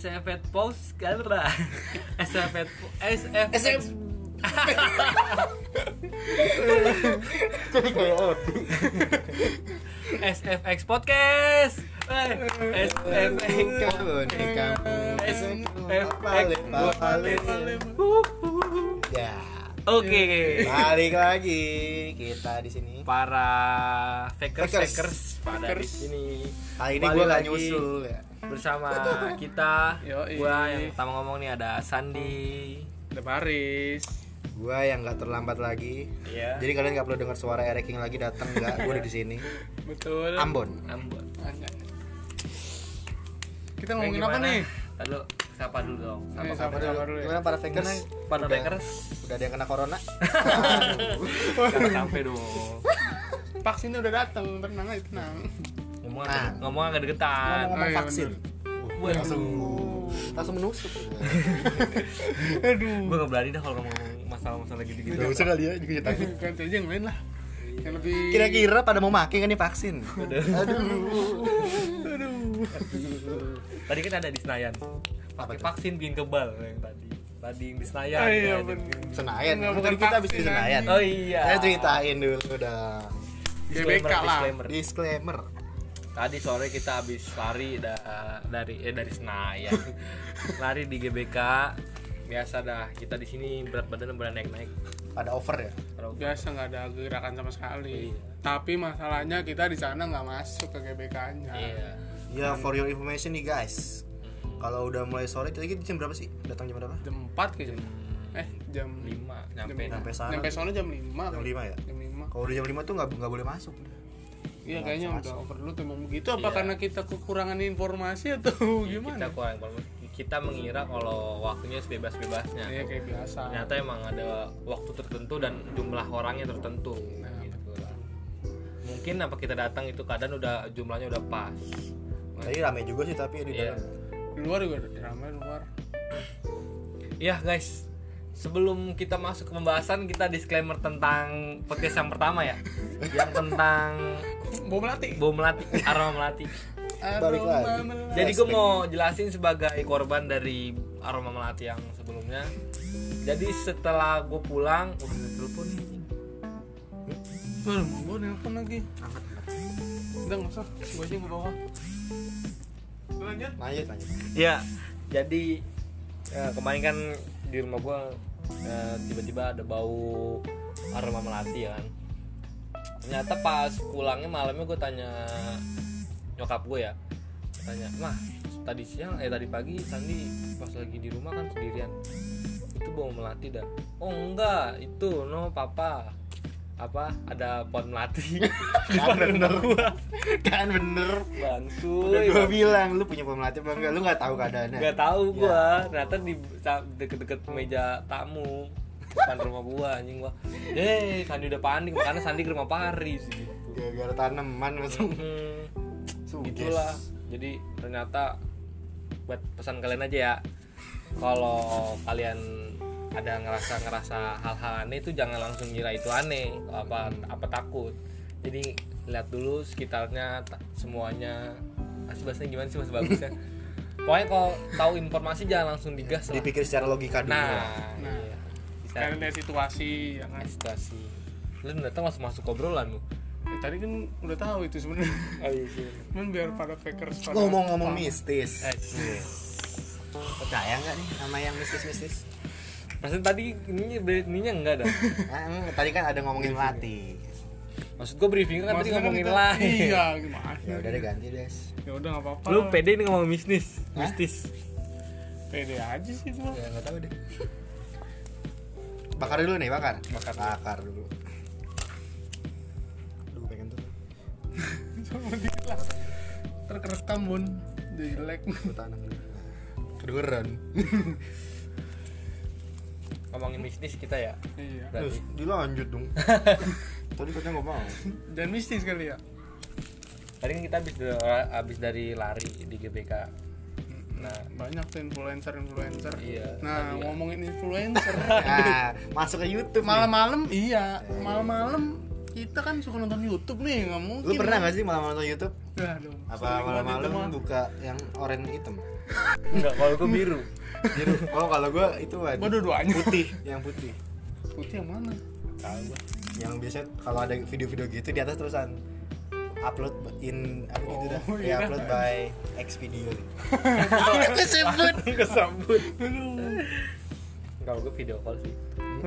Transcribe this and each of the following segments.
SFF Post karena SFF Jadi kayak Odi. SFX Podcast. Ya. Oke. Balik lagi kita di sini. Para fakers pada di sini. Kali ini Balik gue gak lagi nyusul ya. bersama kita. Yoi. Gua yang pertama ngomong nih ada Sandi. Ada Paris. Gue yang gak terlambat lagi. Iya. Jadi kalian gak perlu dengar suara Eric King lagi datang nggak? Gue udah di sini. Betul. Ambon. Kita ngomongin apa nih? Lalu sapa dulu dong. Apa Sapa dulu? dulu ya. Gimana para fakers? Pada fakers Udah ada yang kena corona? jangan sampai dong. Vaksinnya udah datang, tenang aja, tenang. Ngomong agak deketan. Ngomong Oh, iya, vaksin. Langsung menusuk. Aduh. Gue gak berani dah kalau ngomong masalah-masalah gitu-gitu. Gak usah kali ya, juga tapi. Ganti aja yang lain lah. Yang lebih Kira-kira pada mau make kan nih vaksin? Tadi kan ada di Senayan. Pakai vaksin bikin kebal yang tadi. Tadi yang di Senayan. Oh, iya, kan. bener. Senayan, Enggak, bukan bukan kita habis di vaksin, Senayan. Oh iya. Saya ceritain dulu dah. GBK lah. Disclaimer. Tadi sore kita habis lari dari Senayan. Lari di GBK. Biasa dah, kita di sini berat badan udah naik-naik. Ada over ya? Biasa nggak ada gerakan sama sekali. Iya. Tapi masalahnya kita di sana nggak masuk ke GBK-nya. Iya. Ya, for your information nih guys. Kalau udah mulai sore, tadi jam berapa sih? Datang jam berapa? Jam 4 kayaknya. Jam 5 Sampai sana. Nyampe sana jam 5. Jam 5 ya? Jam 5. Kalau udah jam 5 tuh nggak boleh masuk. Iya Nggak kayaknya bisa udah masuk. overload emang begitu apa Iya. karena kita kekurangan informasi atau gimana? Kita mengira kalau waktunya sebebas-bebasnya. Iya kayak biasa. Ternyata emang ada waktu tertentu dan jumlah orangnya tertentu. Gitu lah. Mungkin apa kita datang itu keadaan udah jumlahnya udah pas. Tadi rame juga sih tapi di Iya. dalam. Di luar juga ramai luar. Iya guys, sebelum kita masuk ke pembahasan kita disclaimer tentang podcast yang pertama ya, yang tentang Bom melati. bom melati, aroma melati. Balik lagi. Jadi gue mau jelasin sebagai korban dari aroma melati yang sebelumnya. Jadi setelah gue pulang, udah telepon nih. Baru mau gue nelfon lagi. Udah nggak usah, gue aja nggak bawa. Lanjut. Lanjut. Ya, jadi kemarin kan di rumah gue tiba-tiba ada bau aroma melati ya kan. Ternyata pas pulangnya malamnya gue tanya nyokap gue ya, tanya, "Mah, tadi pagi Sandi pas lagi di rumah kan sendirian, itu bau melati dah." "Oh enggak, itu papa ada pohon melati." Kan bener gua. Kan bener. Bangsuy. Gue bilang lu punya pemelatih apa enggak? Lu enggak tahu keadaannya. Gak tahu gua, ternyata di deket-deket meja tamu depan rumah gua anjing gua. Sandi udah panik, makanya Sandi ke rumah Paris gitu. Gara-gara tanaman langsung. Gitulah. Jadi ternyata buat pesan kalian aja ya. Kalau kalian ada ngerasa hal-hal aneh itu jangan langsung ngira itu aneh, apa takut. Jadi lihat dulu sekitarnya semuanya. Masih bahasanya gimana sih, masih bagusnya. Pokoknya kalau tahu informasi jangan langsung digas lah. Dipikir secara logika dulu. Nah, iya. Karena dari situasi, ya kan. Situasi. Lu datang masuk obrolan lu. Tadi kan udah tahu itu sebenarnya. Oh iya sih. Cuman biar pada fakers pada Ngomong-ngomong mistis. Iya. Percaya enggak nih sama yang mistis-mistis? Maksudnya tadi ininya enggak ada. Tadi kan ada ngomongin melati. Maksud gua briefing kan tadi Maksudnya ngomongin kita- lain. Iya, gimana? Ya udah deh ganti, Des. Ya udah enggak apa-apa. Lu pede nih ngomong mistis. pede aja sih itu. Ya enggak tahu deh. Bakar dulu nih, bakar dulu. Aduh, pengen tuh. Sama dikit lah. Terkerekam Bun. Jadi jelek. Gua tanam dulu. Kedengeran. Ngomongin mistis kita ya. Iya. Berarti. Dilanjut dong. Tadi katanya enggak mau. Dan mistis kali ya. Tadi kan kita habis dari lari di GBK. Nah, Banyak tuh influencer. iya. Nah, tadi ngomongin influencer. Nah, masuk ke YouTube. Malam-malam iya, malam-malam kita kan suka nonton YouTube nih, nggak mungkin. Lu pernah nggak sih malam nonton YouTube? Ya, dong. Apa malam-malam buka yang oranye hitam? Enggak, kalau gue biru. Biru. Oh kalau gue itu ada Gua dua-duanya. putih, yang putih. Putih yang mana? Tahu gua. Yang biasanya kalau ada video-video gitu di atas terusan upload in apa gitu dah. iya. Upload by X video. Kesebut. Kesambut. Kalau gue video call sih.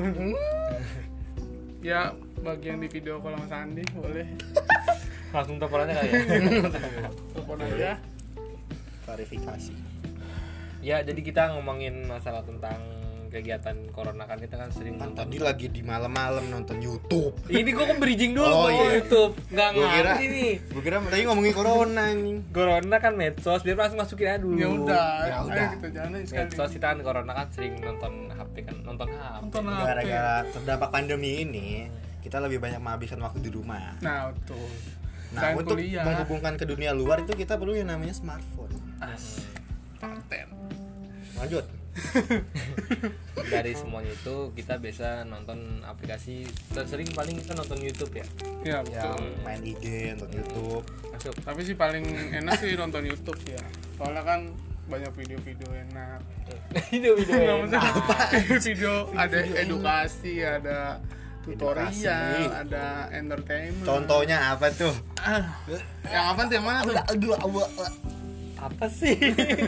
Ya, bagi yang di video call sama Sandi boleh. Langsung teleponannya kali ya. Telepon aja. Klarifikasi. Ya, jadi kita ngomongin masalah tentang kegiatan corona kan, kita kan sering Kan nonton. tadi lagi di malam-malam nonton YouTube. Ini gue kan bridging dulu Oh, mau iya. YouTube. Enggak Gua kira ngerti nih. tadi ngomongin corona nih. Corona kan medsos, biar langsung masukin aja dulu. Ya udah, Ya ayo udah. kita jalan sekali. Medsos kita kan corona kan sering nonton HP kan, nonton HP. Nonton HP. Gara-gara terdampak pandemi ini, kita lebih banyak menghabiskan waktu di rumah. Nah, betul. Nah, Selain untuk kuliah. menghubungkan ke dunia luar itu kita perlu yang namanya smartphone. Konten. Lanjut. Dari semuanya itu kita biasa nonton aplikasi, tersering paling kita nonton YouTube ya. Ya, Yang betul. main IG, nonton YouTube. Masuk. Tapi sih paling enak sih nonton YouTube ya. Soalnya kan banyak video-video enak. Video-video Nggak enak. maksudnya video ada Video edukasi, ada tutorial, Edukasi. ada entertainment. Contohnya apa tuh? Yang apa tuh, yang mana tuh? Apa sih?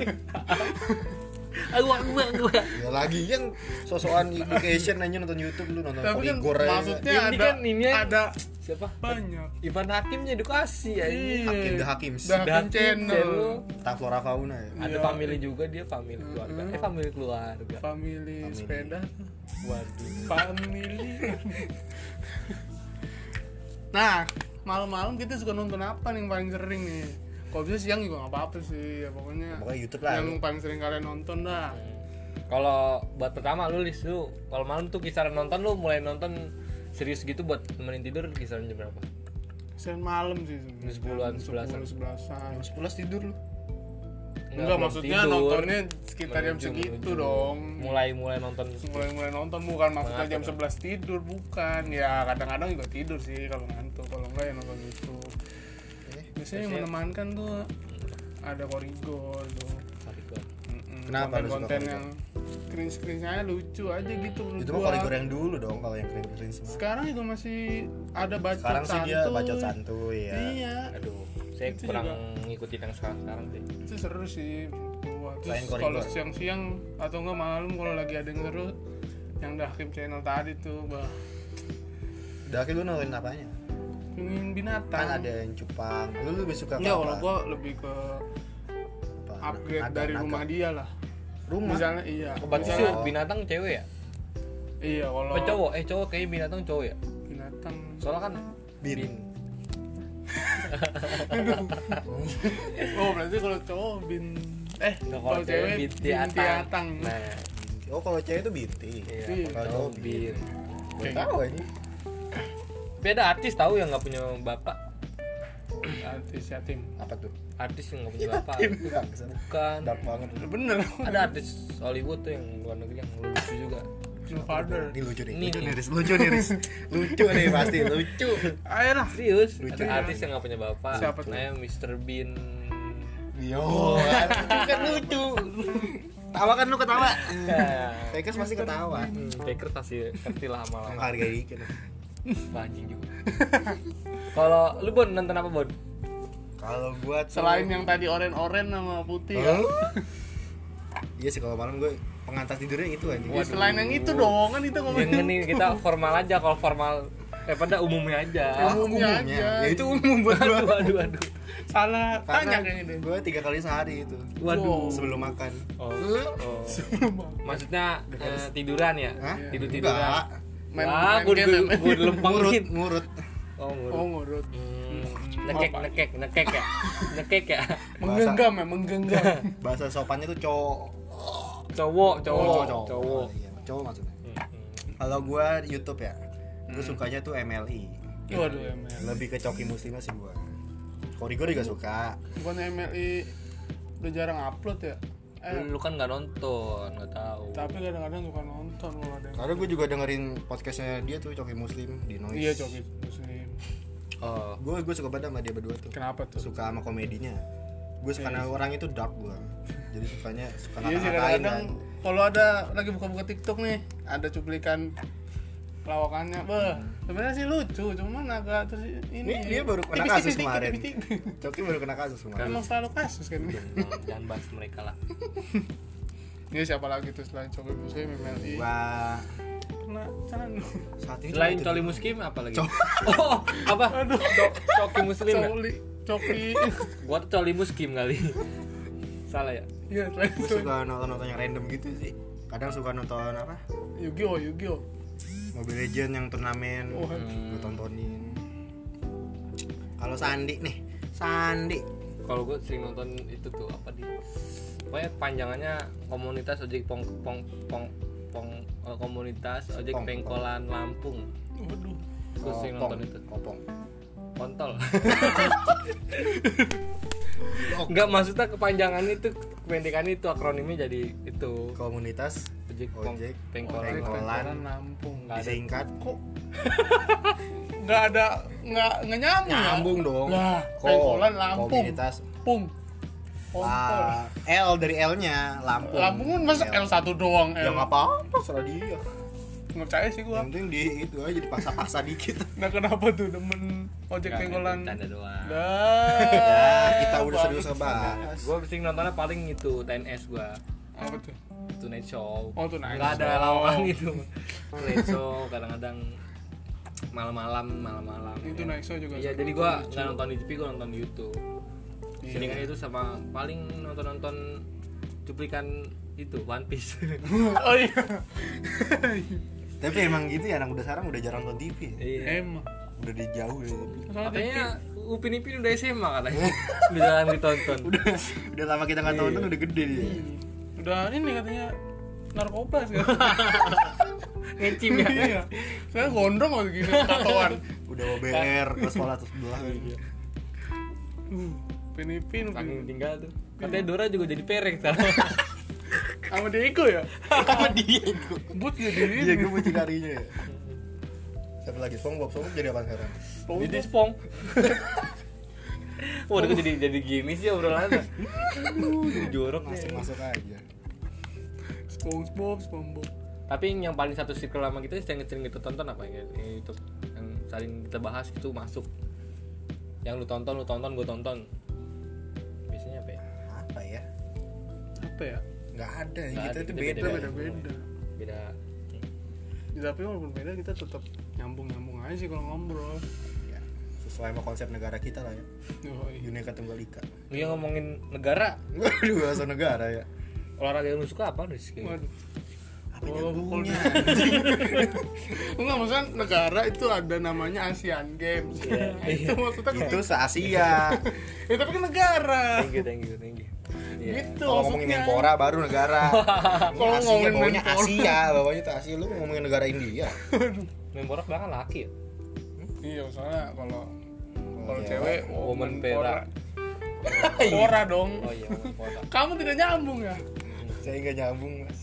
Gua. Ya lagi yang sosokan education aja nonton YouTube lu nonton Tapi kan Poligor aja. maksudnya Ini ada kan ini ada Siapa? banyak. Ivan Hakimnya edukasi ya. Hakim The Hakims. The Hakim channel. Tentang flora fauna ya. Ada Iya. family juga, dia family keluarga. Family keluarga. Family sepeda. Waduh. Family. Nah, malam-malam kita suka nonton apa nih yang paling sering nih? Kalau bisa siang juga nggak apa-apa sih, ya pokoknya. Pokoknya YouTube lah. Yang paling sering kalian nonton dah. Kalau buat pertama lu Lis, lu kalau malam tuh kisaran nonton, lu mulai nonton serius gitu buat nemenin tidur kisaran jam berapa? Selain malam sih sebenarnya. 10-an, 11-an. 11-an. 11 tidur lu. Enggak, belum maksudnya tidur. nontonnya sekitar jam Menuju, segitu menuju. dong. Mulai nonton. Mulai nonton bukan maksudnya jam Mengatur. 11 tidur, bukan. Ya kadang-kadang juga tidur sih kalau ngantuk. Kalau enggak ya nonton YouTube. Biasanya yang menemankan tuh ada Korigor tuh. Kenapa lu suka Konten-konten Korigor? yang cringe-nya lucu aja gitu menurut Itu mah gua. Poligor yang dulu dong kalau yang keren-keren semua. Sekarang juga masih ada bacot Sekarang sih dia santuy. bacot santuy ya. Iya, Aduh, saya Itu kurang juga. ngikutin yang sekarang sih. itu seru sih. Gua. Selain Terus Korigor. kalau siang-siang atau enggak malam kalau lagi ada yang seru yang The Hakim channel tadi tuh, bah, Daki lu nonton apanya? ingin binatang. Kan ada yang cupang. Lu lebih suka Ya apa? kalau gua lebih ke Apa? upgrade Naga- dari naga. rumah dia lah. Rumah. Misalnya iya. Oh, berarti Misalnya, sih binatang cewek ya? iya kalau Oh, cowok? Cowok kayaknya binatang cowok ya? binatang. Soalnya kan Bin. Oh berarti kalau cowok Nggak, kalau cewek bintiatang. bintiatang. Nah, Oh kalau cewek itu binti. iya. Iya. Kalau Cowok cowok bin. Gua Kayak tahu aja. Beda artis tahu yang nggak punya bapak. Artis yatim. Apa tuh? Artis yang nggak punya bapak. Enggak kesana. Bukan. Dark banget. Bener. Ada artis Hollywood tuh yang luar negeri yang lucu juga. New father. Ini lucu nih. Ini. Lucu nih, Riz. Lucu nih, Riz. Lucu nih pasti, lucu. Ayo lah. Serius? Lucu. Ada artis yang nggak punya bapak. Siapa tuh? Namanya Mr. Bean. Yo, kan lucu. Tawa kan lu ketawa. Ya. Takers pasti ketawa. Baker pasti ngerti lah lama-lama. Menghargai ikan. Anjing juga. Kalau lu Bon nonton apa Bon? Kalau gua tuh Selain yang tadi oren-oren sama putih ya. Iya sih kalau malam gua pengantar tidurnya itu anjing. Ya, selain yang itu dong kan itu Yang ngomongin ini kita formal aja, kalau formal pada umumnya aja. umumnya aja. Ya itu umum buat gua. Aduh. Salah tanya Karena kayaknya deh. gua 3 kali sehari itu. Waduh. Sebelum makan. Oh. Maksudnya tiduran ya? Hah? Tidur tiduran. Enggak. Main Gue game ya, main gue game. lempengin. Ngurut. Oh, Oh ngurut. ngurut. Nekek ya. Nekek ya. Menggenggam ya, menggenggam. Bahasa sopannya tuh cowok. Cowok. Oh, iya, cowok maksudnya. Kalau gua YouTube ya, gua sukanya tuh MLI. Waduh ML. Lebih ke coki muslimnya sih gua. Korigor juga suka. Bukan MLI udah jarang upload ya? Lu kan nggak nonton, nggak tahu. Tapi kadang-kadang suka nonton kalau ada yang... Karena gua juga dengerin podcastnya dia tuh coki muslim di Noise. Iya Coki Muslim. Oh. Gue suka banget sama dia berdua tuh. Kenapa tuh? Suka sama komedinya. Gue suka orang itu dark gue. Jadi suka Iya sih, ngata-ngatain kadang-kadang kan. kalau ada lagi buka-buka TikTok nih, ada cuplikan lawakannya, sebenarnya sih lucu, cuman agak terus ini. Dia baru kena kasus kemarin. Coki baru kena kasus kemarin. Emang selalu kasus kan. Jangan bahas mereka lah. Ini siapa lagi tuh selain Coki Muslim, MLI? Wah, Kena canan. saat ini Selain itu Coli tuh. Muslim apa lagi? Oh, apa? Aduh. Coki Muslim ya? Coki. Gua tuh Coli Muslim kali. Salah ya? Iya, selain Gue suka nonton yang random gitu sih. Kadang suka nonton apa? Yu-Gi-Oh. Mobile Legends yang turnamen. Oh, Gue tontonin. Kalau Sandi nih, Sandi. Kalau gue sering nonton itu tuh apa di? Pokoknya panjangannya komunitas ojek komunitas ojek Pong. pengkolan Lampung. Waduh. Gue sering nonton itu. Kopong. Kontol. Enggak, maksudnya kepanjangan itu, kependekan itu, akronimnya jadi itu. Komunitas Ojek ojek pengkolan pengkolan Lampung. disingkat Kok nggak nyambung ya? nyambung dong. Lah, pengkolan Lampung. Komunitas Pung. Kontol. L dari L-nya Lampung. Lampung kan masa L1 doang. Ya nggak apa-apa, serah dia. Nggak percaya sih gua. Yang penting di itu aja dipaksa-paksa dikit. Nah, kenapa tuh demen ojek pengkolan? Tanda doang. Ya, kita udah serius ngebahas. Gue sering nontonnya paling itu TNS gue. Apa tuh? Tonight Show. Oh, Tonight Nggak ada Show. lawakan gitu. Tonight Show kadang-kadang malam-malam. Itu Night Show juga. Iya, jadi gue nggak nonton di TV, gue nonton di YouTube. Iya. Seringan itu sama paling nonton cuplikan itu One Piece. Oh iya. Tapi emang gitu ya, anak udah sekarang udah jarang nonton TV. Iya. Emang. Udah dijauh ya. Katanya Upin Ipin udah SMA katanya. Udah jarang ditonton. Udah lama kita nggak nonton, udah gede dia. Udah ini katanya narkoba sih. Ngecim ya. Iya. Saya gondrong waktu gini tatoan. Udah OBR ke sekolah terus belah. Pinipin Saking tinggal tuh. Katanya Dora juga jadi perek sekarang. sama Diego ya? Sama dia itu. But jadi Iya, gue mucikarinya ya. Siapa lagi? SpongeBob jadi apa sekarang? Jadi Spong. Wah, udah jadi gini sih obrolannya. Jadi jorok nih. Masuk aja. SpongeBob. Tapi yang paling satu circle lama kita yang sering kita tonton apa ya? Itu yang saling kita bahas itu masuk. Yang lu tonton, gue tonton. Biasanya apa ya? Apa ya? Apa ya? Nggak ada. Nggak Kita ada, itu kita beda. Beda. Beda. Tapi walaupun beda kita tetap nyambung aja sih kalau ngobrol. Ya, sesuai sama konsep negara kita lah ya. Oh, iya. Bineka Tunggal Ika. Lu yang ngomongin negara, Waduh, bahasa negara ya. olahraga yang lu suka apa nih? Waduh. Apa nyambungnya? Enggak, maksudnya negara itu ada namanya Asian Games. Itu maksudnya Itu se-Asia. ya, tapi kan negara. Thank you. Iya. Gitu Kalau ngomongin maksudnya. Menpora baru negara. Kalau Asia, ngomongin bawahnya Menpora. Asia, bawahnya tuh Asia. Lu ngomongin negara India. Menpora belakang laki ya? Iya, soalnya kalau iya. cewek Woman Pera. Pora dong. Oh iya, Menpora. Kamu tidak nyambung ya? Saya nggak nyambung, Mas.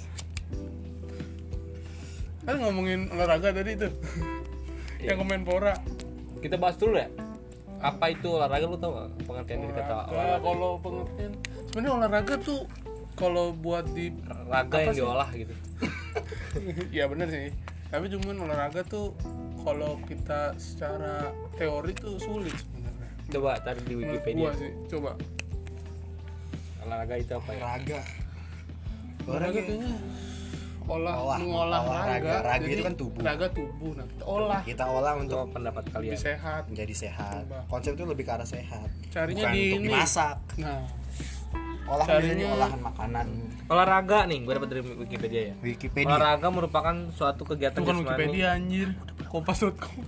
Kan ngomongin olahraga tadi tuh. Yang komen Pora. Kita bahas dulu ya. Apa itu olahraga, lu tau gak pengertian dari kata olahraga? Kalau pengertian sebenarnya olahraga tuh kalau buat di Raga yang sih? diolah gitu. ya bener sih. Tapi cuman olahraga tuh kalau kita secara teori tuh sulit sebenarnya. Coba taruh di Menurut Wikipedia. gua sih, coba. Olahraga itu apa ya? Olahraga. Olahraga kayaknya mengolah olahraga. Raga Jadi, itu kan tubuh. Raga tubuh. Nah, kita olah Kita olah Coba untuk pendapat kalian. lebih sehat. menjadi sehat. Coba. Konsep itu lebih ke arah sehat. Carinya Bukan di untuk ini. dimasak. Nah, Olahan Carinya- biasanya olahan makanan. Olahraga nih, gue dapat dari Wikipedia ya. Wikipedia. Olahraga merupakan suatu kegiatan bukan jasmani. Wikipedia anjir. Kompas.com.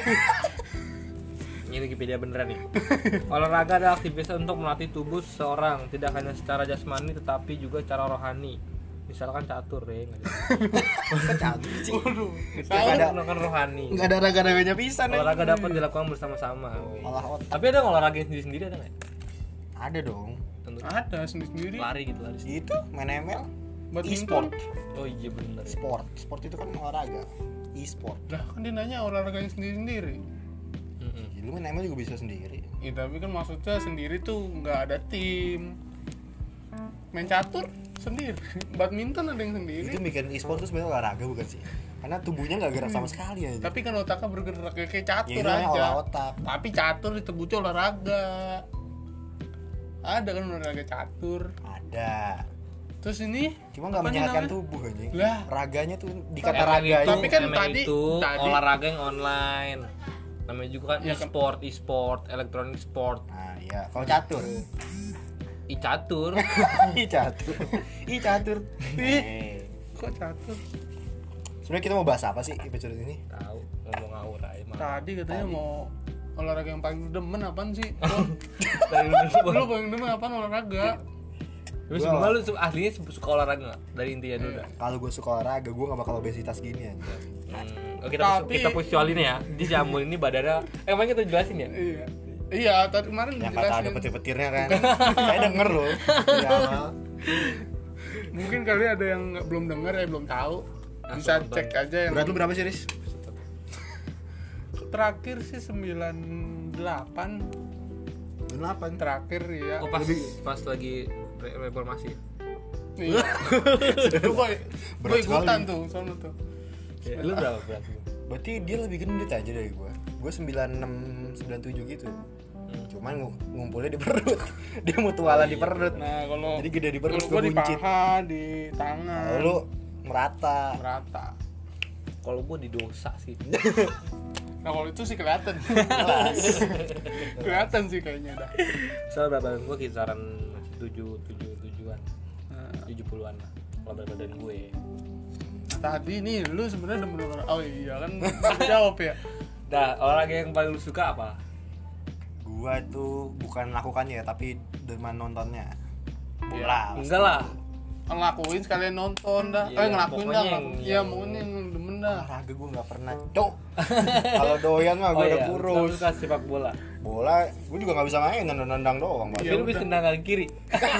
Ini Wikipedia beneran nih. Olahraga adalah aktivitas untuk melatih tubuh seseorang, tidak hanya secara jasmani tetapi juga secara rohani. Misalkan catur ya, Catur sih. Waduh. itu ada- kan rohani. Enggak ada raga-raganya pisan. Olahraga dapat dilakukan bersama-sama. Olah otak. Tapi ada olahraga sendiri ada nggak? Ada dong. Tentu. Ada sendiri. Lari gitu lari. Itu main ML. Badminton. E-sport. Oh iya bener. Ya. Sport itu kan olahraga. E-sport. Lah kan dia nanya olahraganya sendiri-sendiri. Mm-mm. Ya Ya, lu main ML juga bisa sendiri. Ya, tapi kan maksudnya sendiri tuh nggak ada tim. Main catur sendiri, badminton ada yang sendiri. Itu bikin e-sport tuh sebenarnya olahraga bukan sih? Karena tubuhnya nggak gerak sama sekali aja. Tapi kan otaknya bergerak kayak catur Ya, itu namanya aja. olah otak. Tapi catur disebutnya olahraga. Ada kan olahraga catur. Ada. Terus ini Cuma nggak apanya menyehatkan namanya? tubuh anjing. Lah. Raganya tuh dikata ML raga itu, Tapi kan ML tadi- itu tadi- olahraga yang online. Namanya juga kan Ya kan. e-sport, electronic sport. Nah, iya. Kalau catur. Catur. Ih catur. Ih catur. Ih. Kok catur? Sebenarnya kita mau bahas apa sih episode ini? Tahu ngomong ngawur aja mah. Tadi katanya mau olahraga yang paling demen apaan sih? Dari dulu Lu paling demen apaan olahraga? Tapi sebelumnya lu aslinya suka olahraga nggak? Dari intinya dulu dah. Kalau gue suka olahraga, gue gak bakal obesitas gini aja. Oke, Tapi- kita posisialin ya. Di si Amul ini badannya emang kita jelasin ya? Iya. Iya, tadi kemarin Yang kata ada dijelasin. petir-petirnya kan. Saya denger loh. Ya. Mungkin kali ada yang belum dengar ya, belum tahu. Bisa Langsung cek aja yang Berat lu berapa sih, Riz? terakhir sih 98. 8. Terakhir ya. Oh pas lagi reformasi. Iya. Gue Berat ikutan sekali. tuh, sono tuh. Ya, lu berapa berat lu? Berarti dia lebih gendut aja dari gue. Gue 96, 97 gitu. Cuman ngumpulnya di perut. Dia mutualan di perut. Nah, kalau Jadi gede di perut, kalau gua gua di buncit. paha, di tangan. Kalau lu merata. merata. Kalau gua di dosa sih. Nah, kalau itu sih kelihatan. Kelihatan sih kayaknya dah. Soal berat badan gua kisaran masih 7-an. Nah, 70-an lah. Kalau berat badan gue. tadi nih lu sebenarnya demen olahraga. Oh iya kan jawab ya. Dah, olahraga yang paling lu suka apa? Gua itu bukan lakukannya ya, tapi demen nontonnya. Iya. Bola. Enggak lah. Ngelakuin sekalian nonton dah. Iya, Ngelakuin pokoknya dah. yang- Iya, maunya yang demen dah. Olahraga gue nggak pernah. Cok. Kalau doyan mah gue udah kurus. Lu suka sepak bola. Bola, gue juga nggak bisa main, nendang doang. Tapi Ya lu bisa udah. tendang kaki kiri.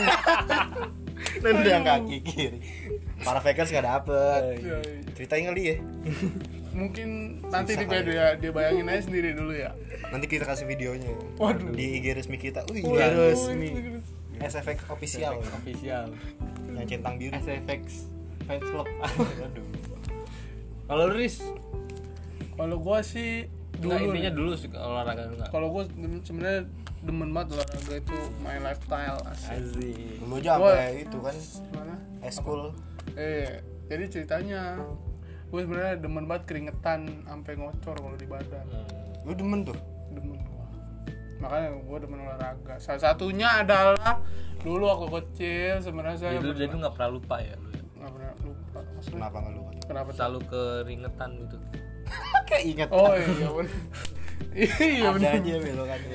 Nendang kaki kiri. Para fakers nggak dapet. Iya, iya. Ceritain kali ya. Mungkin nanti Susah dia, kali. dia bayangin aja sendiri dulu ya. Nanti kita kasih videonya. Waduh. Di IG resmi kita. Wih, IG Waduh, resmi. itu- SFX official. Official. Yang centang biru. SFX fans club. Aduh. Kalau lu Riz, Kalau gua sih dulu dulu intinya nih. dulu suka olahraga enggak? Kalau gua sebenarnya demen banget olahraga itu my lifestyle asik. Asik. Dulu aja sampai itu kan Mana? eskul. Jadi ceritanya gue sebenarnya demen banget keringetan sampai ngocor kalau di badan. Lu demen tuh. Demen gua. Makanya gue demen olahraga. Salah satunya adalah dulu waktu kecil sebenarnya saya Jadi lu nggak pernah lupa ya lu. Ya? nggak pernah lupa. Maksudnya Kenapa nggak lupa? kenapa tuh? Selalu keringetan gitu. Kayak inget. Oh iya bener. Iya Ada bener. aja belokannya.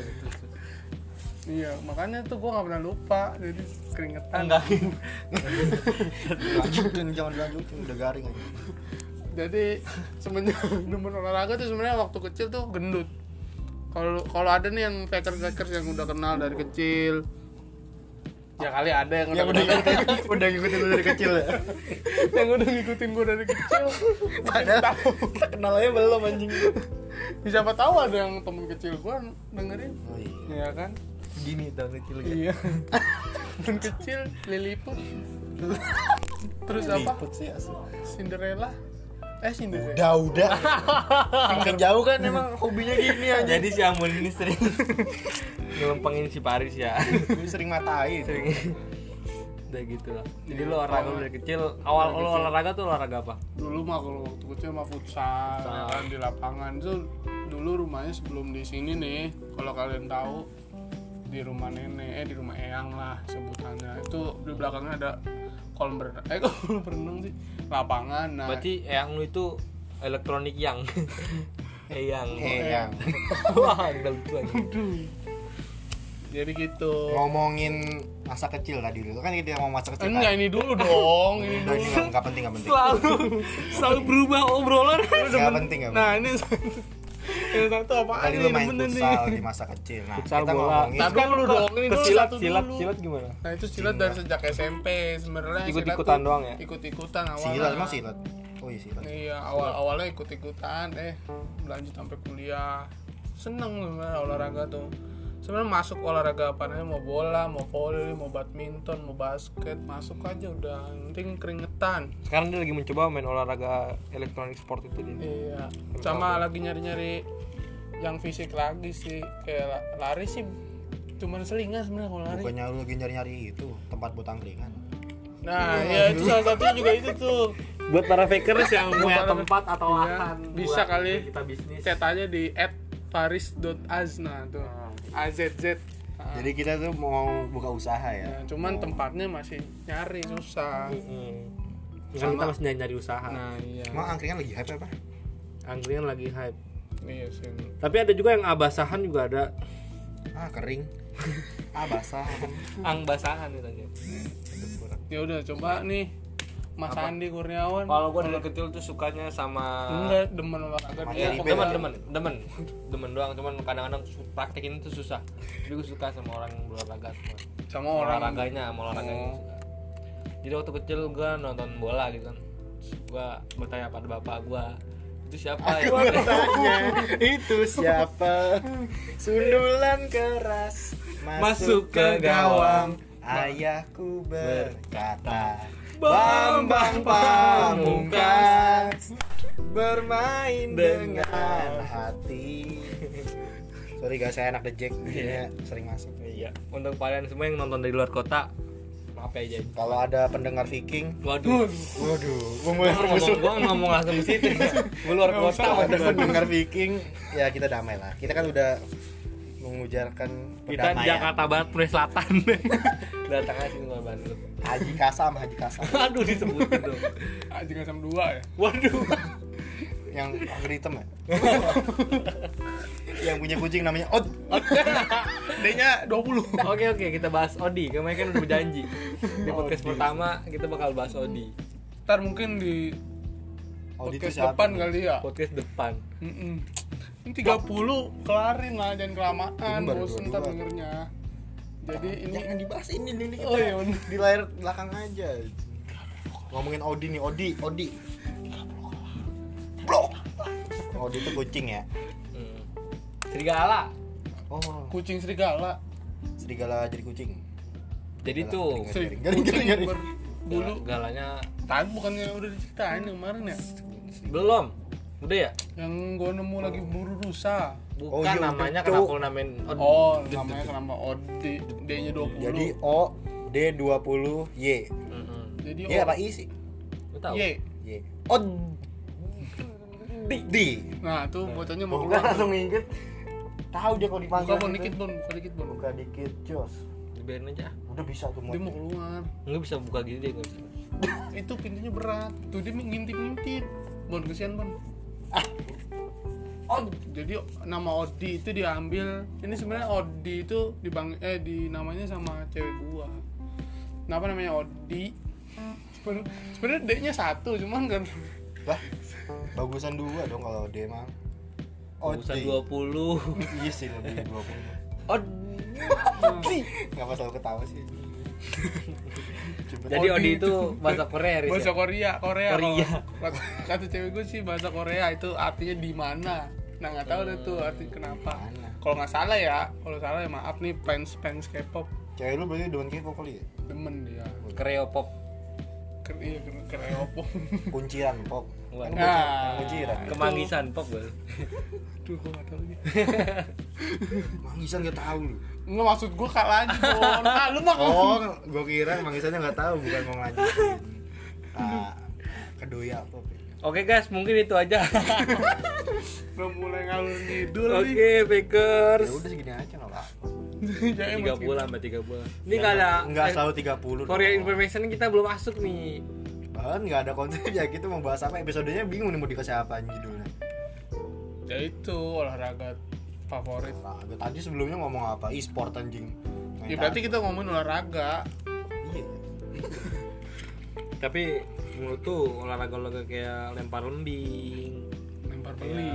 Iya makanya tuh gue nggak pernah lupa. Jadi keringetan. Enggak. Lanjutin, jangan dilanjutin, udah garing aja. Jadi semenjak demen olahraga tuh sebenarnya waktu kecil tuh gendut. Kalau ada nih yang fakers yang udah kenal dari kecil, ya kali ada yang Yang udah ngikutin lu dari kecil ya. yang udah ngikutin gue dari kecil. Padahal kita kenal aja belum anjing. Siapa tahu ada yang temen kecil gue dengerin, Oh iya. ya kan? Gini tahun kecil gitu. Iya. Temen kecil Lilliput. Terus apa? Liput sih asli. Cinderella. Cinderella. Udah. Makin jauh kan emang hobinya gini aja. Jadi si Amul ini sering ngelempengin si Paris ya. Gue sering matai Sering. Udah gitu lah. Jadi lu olahraga lu dari kecil. Awal lu olahraga tuh olahraga apa? Dulu mah kalau waktu kecil mah futsal ya kan, di lapangan itu dulu rumahnya sebelum di sini nih, kalau kalian tahu di rumah nenek, di rumah eyang lah sebutannya, itu di belakangnya ada kolam berenang, kolam berenang sih, lapangan. Nah Berarti yang lu itu elektronik yang. Eyang. Wah, andal tuh aja. jadi gitu. Ngomongin masa kecil tadi dulu kan kita ngomong masa kecil. Enggak, ini dulu dong, ini Udah, dulu. ini nggak penting. Selalu berubah obrolan. Nggak penting. Nah ini yang satu apa Tadi lu main futsal di masa kecil. Nah, Futsal kita bola. ngomongin Tapi dulu dong, ini dulu Silat, satu silat, dulu. silat gimana? Nah itu silat dari sejak SMP sebenarnya. Ikut-ikutan silat tuh doang ya? Ikut-ikutan awalnya. silat, emang silat. Oh iya silat. Iya awalnya ikut-ikutan, lanjut sampai kuliah. seneng sebenarnya olahraga tuh. Sebenarnya masuk olahraga apa namanya, mau bola, mau volley, mau badminton, mau basket, masuk aja udah, yang penting keringetan. Sekarang dia lagi mencoba main olahraga elektronik sport itu dia. Iya, sama lagi nyari-nyari yang fisik lagi sih, kayak lari sih cuman selingan sebenarnya kalau lari. Bukannya lu lagi nyari-nyari itu tempat buat angkringan. Nah, ya itu salah satunya juga itu tuh. Buat para fakers yang punya tempat atau Iya, lahan bisa buat kali kita bisnis. chat aja di @faris.azna tuh. AZZ. Jadi kita tuh mau buka usaha ya. Ya, cuman tempatnya masih nyari susah. Kan kita masih nyari usaha. Nah, iya. Emang angkringan lagi hype apa? Angkringan lagi hype. Iya sih. Tapi ada juga yang abasahan juga ada. Kering. Basah. Angbasahan itu aja. Ya udah coba nih Mas Andi Kurniawan. Kalau gua dari kecil tuh sukanya sama enggak demen olahraga Mas dia. Andi. demen doang, cuman kadang-kadang praktekin itu susah. Jadi gua suka sama orang yang berolahraga semua. Sama orang Olahraganya suka. Jadi waktu kecil gua nonton bola gitu kan. Terus gua bertanya pada bapak gua, itu siapa ya? Bertanya itu siapa? Sundulan keras masuk ke gawang. Ayahku berkata, Bambang Pamungkas bermain dengan hati. Sorry guys, saya anak The Jack, jadinya sering masuk. Iya. Untuk kalian semua yang nonton dari luar kota, maaf ya jadi. Kalau ada pendengar Viking, Waduh, gua mulai bermusuh. gua ngomong langsung ke situ. Gua luar kota. Kalau ada pendengar Viking, ya kita damai lah. Kita kan udah mengujarkan Kita di perdamaian. Jakarta Barat, Puri Selatan. Datang aja sini ke Bandung. Haji Kasam. Aduh disebutin dong. Aji Kasam 2 ya. Waduh. Yang anggur hitam ya? Yang punya kucing namanya Od. D-nya 20. Oke, kita bahas Odi. Kemarin kan udah berjanji. Di podcast pertama kita bakal bahas Odi. Ntar mungkin di Od itu podcast siapa? depan kali ya. Podcast depan. Ini 30 kelarin lah, jangan kelamaan, Ini baru bosen 22. ntar dengernya. Jadi ini Jangan dibahas ini kita Oh, iya, bener. di layar belakang aja. Ngomongin Odi nih, Odi. Blok. Odi itu kucing ya. Serigala. Oh, kucing serigala. serigala jadi kucing. Jadi tuh Garing. Berbulu. galanya Tadi bukannya udah diceritain kemarin ya? belum. Udah ya? Yang gue nemu lagi buru rusa. Bukan Oh, iya, namanya udah, kenapa Cuk. lu namain Odi? Oh, namanya kenapa Odi? D-nya 20. Jadi O D 20 Y. Jadi Y apa I sih? Lu tahu? Y. Y. Od. D. Nah, tuh bocahnya mau Bukan keluar. langsung nginget. Tahu dia kalau dipanggil. Buka gitu. dikit, Bon. Buka dikit, Bon. Buka dikit, Jos. Dibiarin aja. Udah bisa tuh Dia mau keluar. Nggak bisa buka gitu dia nggak bisa. Itu pintunya berat. Tuh dia ngintip-ngintip. Bon, kesian, Bon. Jadi nama Odi itu diambil. Ini sebenarnya Odi itu dinamanya sama cewek gua. Kenapa namanya Odi? Sebenarnya D-nya 1, cuman kan Lah, bagusan 2 dong kalau D mah. Urusan 20. Iya sih lebih 20. Odi. Ngapa selalu ketawa sih? Coba. Jadi Odi itu itu bahasa Korea, Riz, bahasa ya? Korea. Korea. Kata cewek gue sih bahasa Korea itu artinya di mana. Nah, nggak tahu deh tuh arti kenapa. Mana? Kalau nggak salah ya, kalau salah ya maaf nih fans K-pop Cewek lu berarti demen K-pop kali ya? demen dia. Koreo pop. Iya, K-pop. Kunciran pop. Wah. Kan Nah, kunciran. Kemanggisan pop gue. Duh, gue nggak tahu lagi. Mangisan enggak tahu lu. Nggak, maksud gue kalah aja, Bon. Ah, lu mah Oh, gua kira mangisannya enggak tahu, bukan mau ngelanjutin. Kedoya pop. Oke guys, mungkin itu aja. udah mulai ngalur ngidul nih. Oke, Bakers. Ya udah segini aja enggak apa-apa. Jangan 30 sampai 30. Ini enggak ada Enggak selalu 30. Korea information kita belum masuk nih. Bahkan enggak ada konsepnya, kita mau bahas apa episodenya bingung nih mau dikasih apaan judulnya. Ya itu olahraga favorit. Nah, gue tadi sebelumnya ngomong apa? E-sport anjing. Ya berarti kita ngomongin olahraga. Iya. Tapi menurut tuh olahraga kayak lempar lembing, Lempar kayak beli.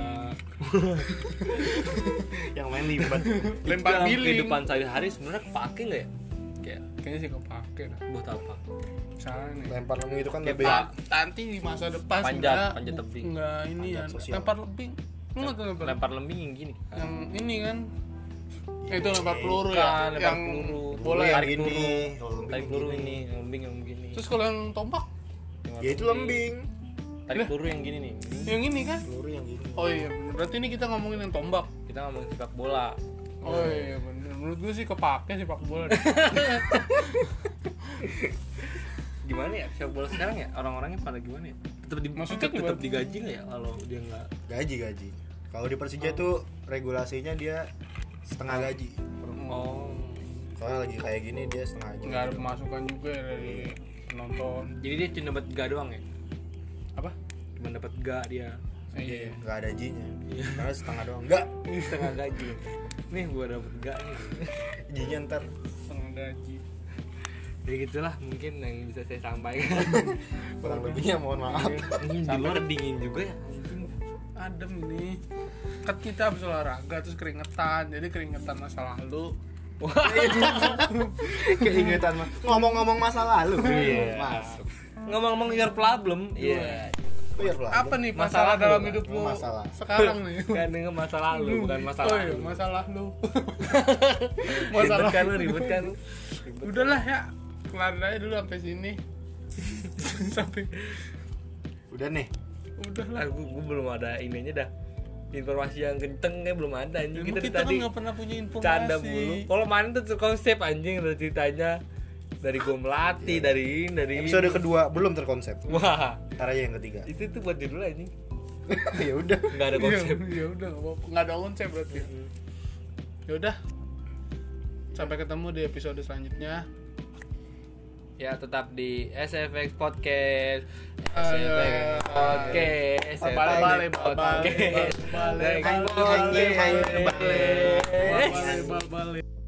Yang main libat. Lempar dalam billing. kehidupan sehari-hari sebenarnya kepake nggak ya? Kayak Kayaknya sih kepake dah. buat apa? Misalnya nih. Lempar lembing itu kan Kayak lebih Nanti di masa depan Panjat sebenarnya tebing. Enggak ini ya. Panjat sosial. Lempar lebing. Lu nggak tahu lempar lembing yang gini. yang ini kan? Itu lempar peluru Bukan, ya, lempar yang peluru. bola yang ya. tarik gini. peluru. Kalau lembing Tarik peluru gini. ini, yang lembing yang begini. Terus kalau yang tombak, Ya itu lembing. Tarik peluru yang gini nih. yang ini kan? Peluru yang gini. Oh iya, bener. Berarti ini kita ngomongin yang tombak. Kita ngomong sepak bola. Oh iya bener. Menurut gue sih kepake sepak bola. Gimana ya sepak bola sekarang ya? Orang-orangnya pada gimana ya? Maksudnya tetap gimana? digaji nggak ya kalau dia nggak? Gaji. Kalau di Persija tuh regulasinya dia setengah gaji. Oh. Soalnya lagi kayak gini dia setengah gaji. Nggak ada pemasukan juga ya dari penonton. Jadi dia cuma dapat ga doang ya? Apa? Cuma dapat ga dia. Iya. Nggak ada gajinya. Karena setengah doang. Enggak. Setengah gaji. Nih gua dapat ga nih. Gajinya ntar. Setengah gaji. Ya gitulah mungkin yang bisa saya sampaikan. Kurang lebihnya mohon maaf. Di luar dingin juga ya. Adem nih. Kan kita habis olahraga terus keringetan. Jadi keringetan masa lalu. Keingetan mah. Ngomong-ngomong masa lalu. Iya. Masuk. Ngomong-ngomong your problem. Iya. Oh iya, Pelan. Apa nih Masalah masalah dalam lu, hidup lu masalah. sekarang nih? Kan dengan masa lalu bukan masa Oh lalu. iya, masalah lu. Ribet kan lu, ribet kan. Udahlah ya. Kelarin aja dulu sampai sini. Sampai Udah nih. udahlah. Gue belum ada ininya dah. Informasi yang kenceng kayak belum ada anjing. Kita Kita kan tadi nggak pernah punya informasi. canda mulu. Kalau main tuh konsep anjing dari ceritanya. Dari gue melatih, dari ini, dari Episode ini. kedua belum terkonsep. Wah, Ntar aja yang ketiga. itu tuh buat judul anjing. Ya udah. Enggak ada konsep. Ya udah nggak apa-apa. Nggak ada konsep berarti. Ya udah. Sampai ketemu di episode selanjutnya. Ya tetap di SFX Podcast. Ayo. SFX Podcast. Balik. Podcast. Balik. Balik. Balik.